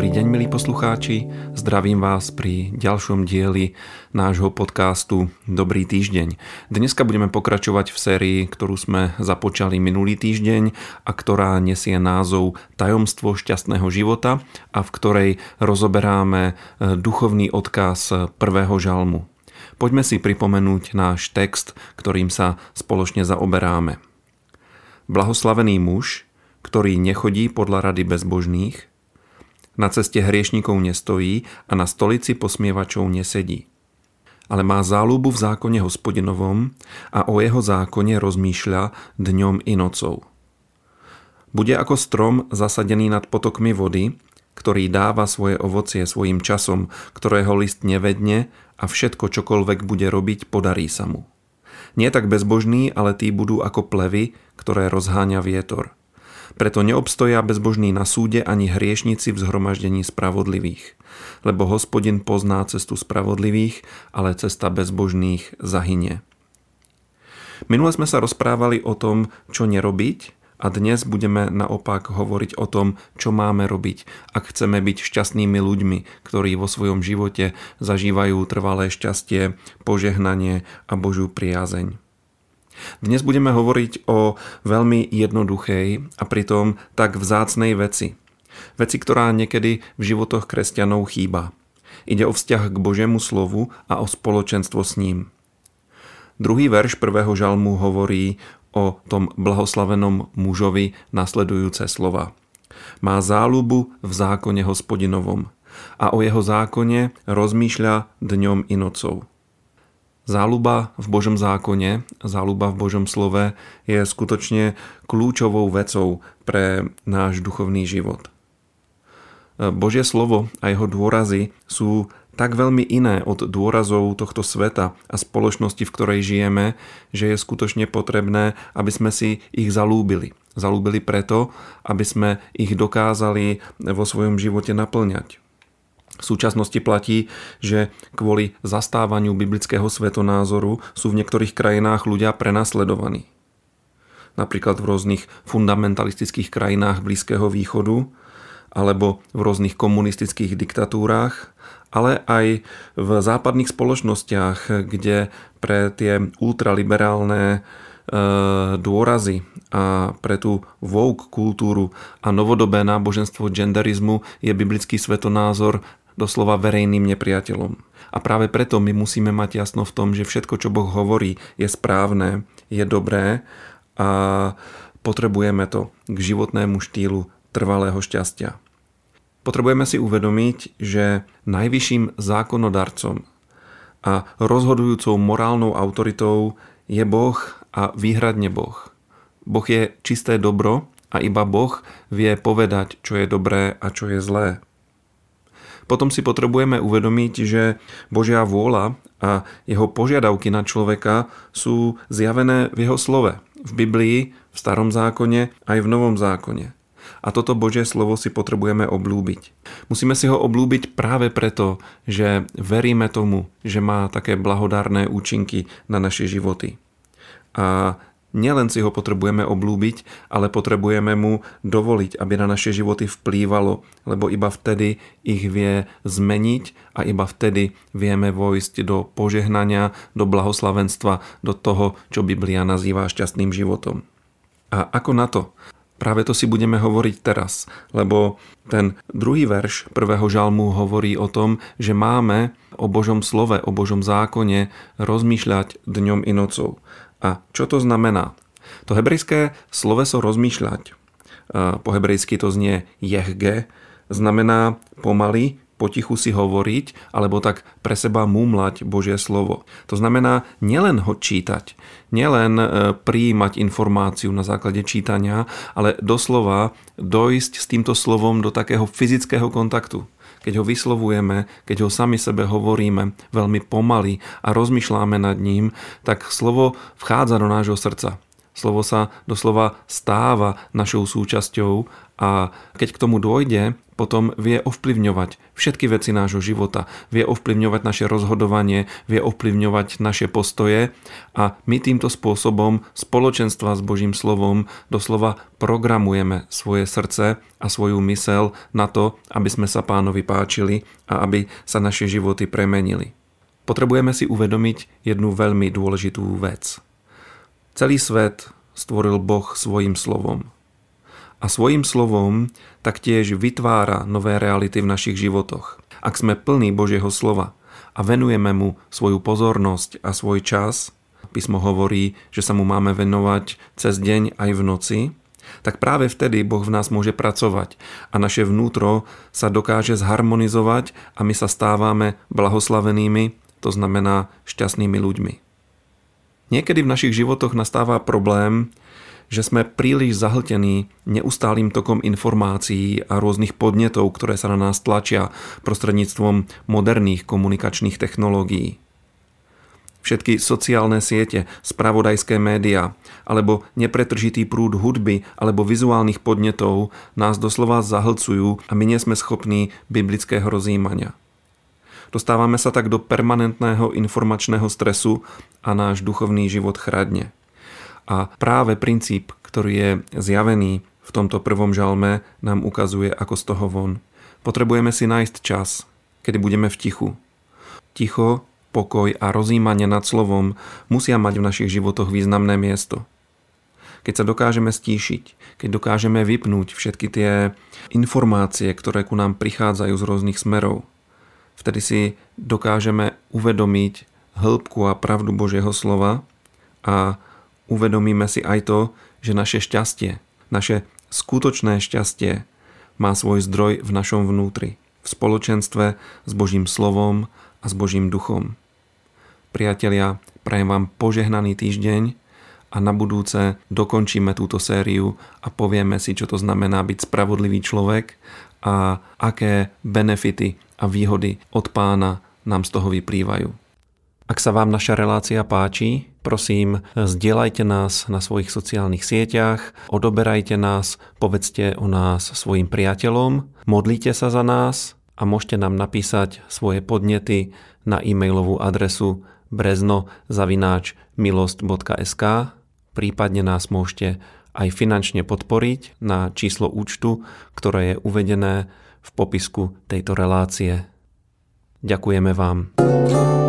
Dobrý deň, milí poslucháči. Zdravím vás pri ďalšom dieli nášho podcastu Dobrý týždeň. Dneska budeme pokračovať v sérii, ktorú sme započali minulý týždeň a ktorá nesie názov Tajomstvo šťastného života a v ktorej rozoberáme duchovný odkaz prvého žalmu. Poďme si pripomenúť náš text, ktorým sa spoločne zaoberáme. Blahoslavený muž, ktorý nechodí podľa rady bezbožných, na ceste hriešnikov nestojí a na stolici posmievačov nesedí. Ale má záľubu v zákone Hospodinovom a o jeho zákone rozmýšľa dňom i nocou. Bude ako strom zasadený nad potokmi vody, ktorý dáva svoje ovocie svojím časom, ktorého list nevedne a všetko, čokoľvek bude robiť, podarí sa mu. Nie tak bezbožní, ale tí budú ako plevy, ktoré rozháňa vietor. Preto neobstoja bezbožní na súde ani hriešnici v zhromaždení spravodlivých. Lebo Hospodin pozná cestu spravodlivých, ale cesta bezbožných zahynie. Minule sme sa rozprávali o tom, čo nerobiť, a dnes budeme naopak hovoriť o tom, čo máme robiť, ak chceme byť šťastnými ľuďmi, ktorí vo svojom živote zažívajú trvalé šťastie, požehnanie a Božiu priazeň. Dnes budeme hovoriť o veľmi jednoduchej a pritom tak vzácnej veci. Veci, ktorá niekedy v životoch kresťanov chýba. Ide o vzťah k Božiemu slovu a o spoločenstvo s ním. Druhý verš prvého žalmu hovorí o tom blahoslavenom mužovi nasledujúce slova. Má záľubu v zákone Hospodinovom a o jeho zákone rozmýšľa dňom i nocou. Záľuba v Božom zákone, záľuba v Božom slove je skutočne kľúčovou vecou pre náš duchovný život. Božie slovo a jeho dôrazy sú tak veľmi iné od dôrazov tohto sveta a spoločnosti, v ktorej žijeme, že je skutočne potrebné, aby sme si ich zalúbili. Zalúbili preto, aby sme ich dokázali vo svojom živote naplňať. V súčasnosti platí, že kvôli zastávaniu biblického svetonázoru sú v niektorých krajinách ľudia prenasledovaní. Napríklad v rôznych fundamentalistických krajinách Blízkeho východu alebo v rôznych komunistických diktatúrách, ale aj v západných spoločnostiach, kde pre tie ultraliberálne dôrazy a pre tú woke kultúru a novodobé náboženstvo genderizmu je biblický svetonázor doslova verejným nepriateľom. A práve preto my musíme mať jasno v tom, že všetko, čo Boh hovorí, je správne, je dobré a potrebujeme to k životnému štýlu trvalého šťastia. Potrebujeme si uvedomiť, že najvyšším zákonodarcom a rozhodujúcou morálnou autoritou je Boh a výhradne Boh. Boh je čisté dobro a iba Boh vie povedať, čo je dobré a čo je zlé. Potom si potrebujeme uvedomiť, že Božia vôľa a jeho požiadavky na človeka sú zjavené v jeho slove, v Biblii, v Starom zákone aj v Novom zákone. A toto Božie slovo si potrebujeme obľúbiť. Musíme si ho obľúbiť práve preto, že veríme tomu, že má také blahodárne účinky na naše životy. A nielen si ho potrebujeme obľúbiť, ale potrebujeme mu dovoliť, aby na naše životy vplývalo, lebo iba vtedy ich vie zmeniť a iba vtedy vieme vojsť do požehnania, do blahoslavenstva, do toho, čo Biblia nazýva šťastným životom. A ako na to? Práve to si budeme hovoriť teraz, lebo ten druhý verš prvého žalmu hovorí o tom, že máme o Božom slove, o Božom zákone rozmýšľať dňom i nocou. A čo to znamená? To hebrejské sloveso rozmýšľať, po hebrejsky to znie jehge, znamená pomaly, potichu si hovoriť, alebo tak pre seba mumlať Božie slovo. To znamená nielen ho čítať, nielen prijímať informáciu na základe čítania, ale doslova dojsť s týmto slovom do takého fyzického kontaktu. Keď ho vyslovujeme, keď ho sami sebe hovoríme veľmi pomaly a rozmýšľame nad ním, tak slovo vchádza do nášho srdca. Slovo sa doslova stáva našou súčasťou a keď k tomu dôjde, potom vie ovplyvňovať všetky veci nášho života, vie ovplyvňovať naše rozhodovanie, vie ovplyvňovať naše postoje a my týmto spôsobom spoločenstva s Božím slovom doslova programujeme svoje srdce a svoju myseľ na to, aby sme sa Pánovi páčili a aby sa naše životy premenili. Potrebujeme si uvedomiť jednu veľmi dôležitú vec. Celý svet stvoril Boh svojím slovom. A svojím slovom taktiež vytvára nové reality v našich životoch. Ak sme plní Božieho slova a venujeme mu svoju pozornosť a svoj čas, písmo hovorí, že sa mu máme venovať cez deň aj v noci, tak práve vtedy Boh v nás môže pracovať a naše vnútro sa dokáže zharmonizovať a my sa stávame blahoslavenými, to znamená šťastnými ľuďmi. Niekedy v našich životoch nastáva problém, že sme príliš zahltení neustálým tokom informácií a rôznych podnetov, ktoré sa na nás tlačia prostredníctvom moderných komunikačných technológií. Všetky sociálne siete, spravodajské médiá alebo nepretržitý prúd hudby alebo vizuálnych podnetov nás doslova zahlcujú a my nie sme schopní biblického rozjímania. Dostávame sa tak do permanentného informačného stresu a náš duchovný život chradne. A práve princíp, ktorý je zjavený v tomto prvom žalme, nám ukazuje, ako z toho von. Potrebujeme si nájsť čas, kedy budeme v tichu. Ticho, pokoj a rozjímanie nad slovom musia mať v našich životoch významné miesto. Keď sa dokážeme stíšiť, keď dokážeme vypnúť všetky tie informácie, ktoré ku nám prichádzajú z rôznych smerov, vtedy si dokážeme uvedomiť hĺbku a pravdu Božieho slova a uvedomíme si aj to, že naše šťastie, naše skutočné šťastie má svoj zdroj v našom vnútri, v spoločenstve s Božím slovom a s Božím duchom. Priatelia, prajem vám požehnaný týždeň a na budúce dokončíme túto sériu a povieme si, čo to znamená byť spravodlivý človek a aké benefity a výhody od Pána nám z toho vyplývajú. Ak sa vám naša relácia páči, prosím, zdieľajte nás na svojich sociálnych sieťach, odoberajte nás, povedzte o nás svojim priateľom, modlite sa za nás a môžete nám napísať svoje podnety na e-mailovú adresu brezno@milost.sk. Prípadne nás môžete aj finančne podporiť na číslo účtu, ktoré je uvedené v popisku tejto relácie. Ďakujeme vám.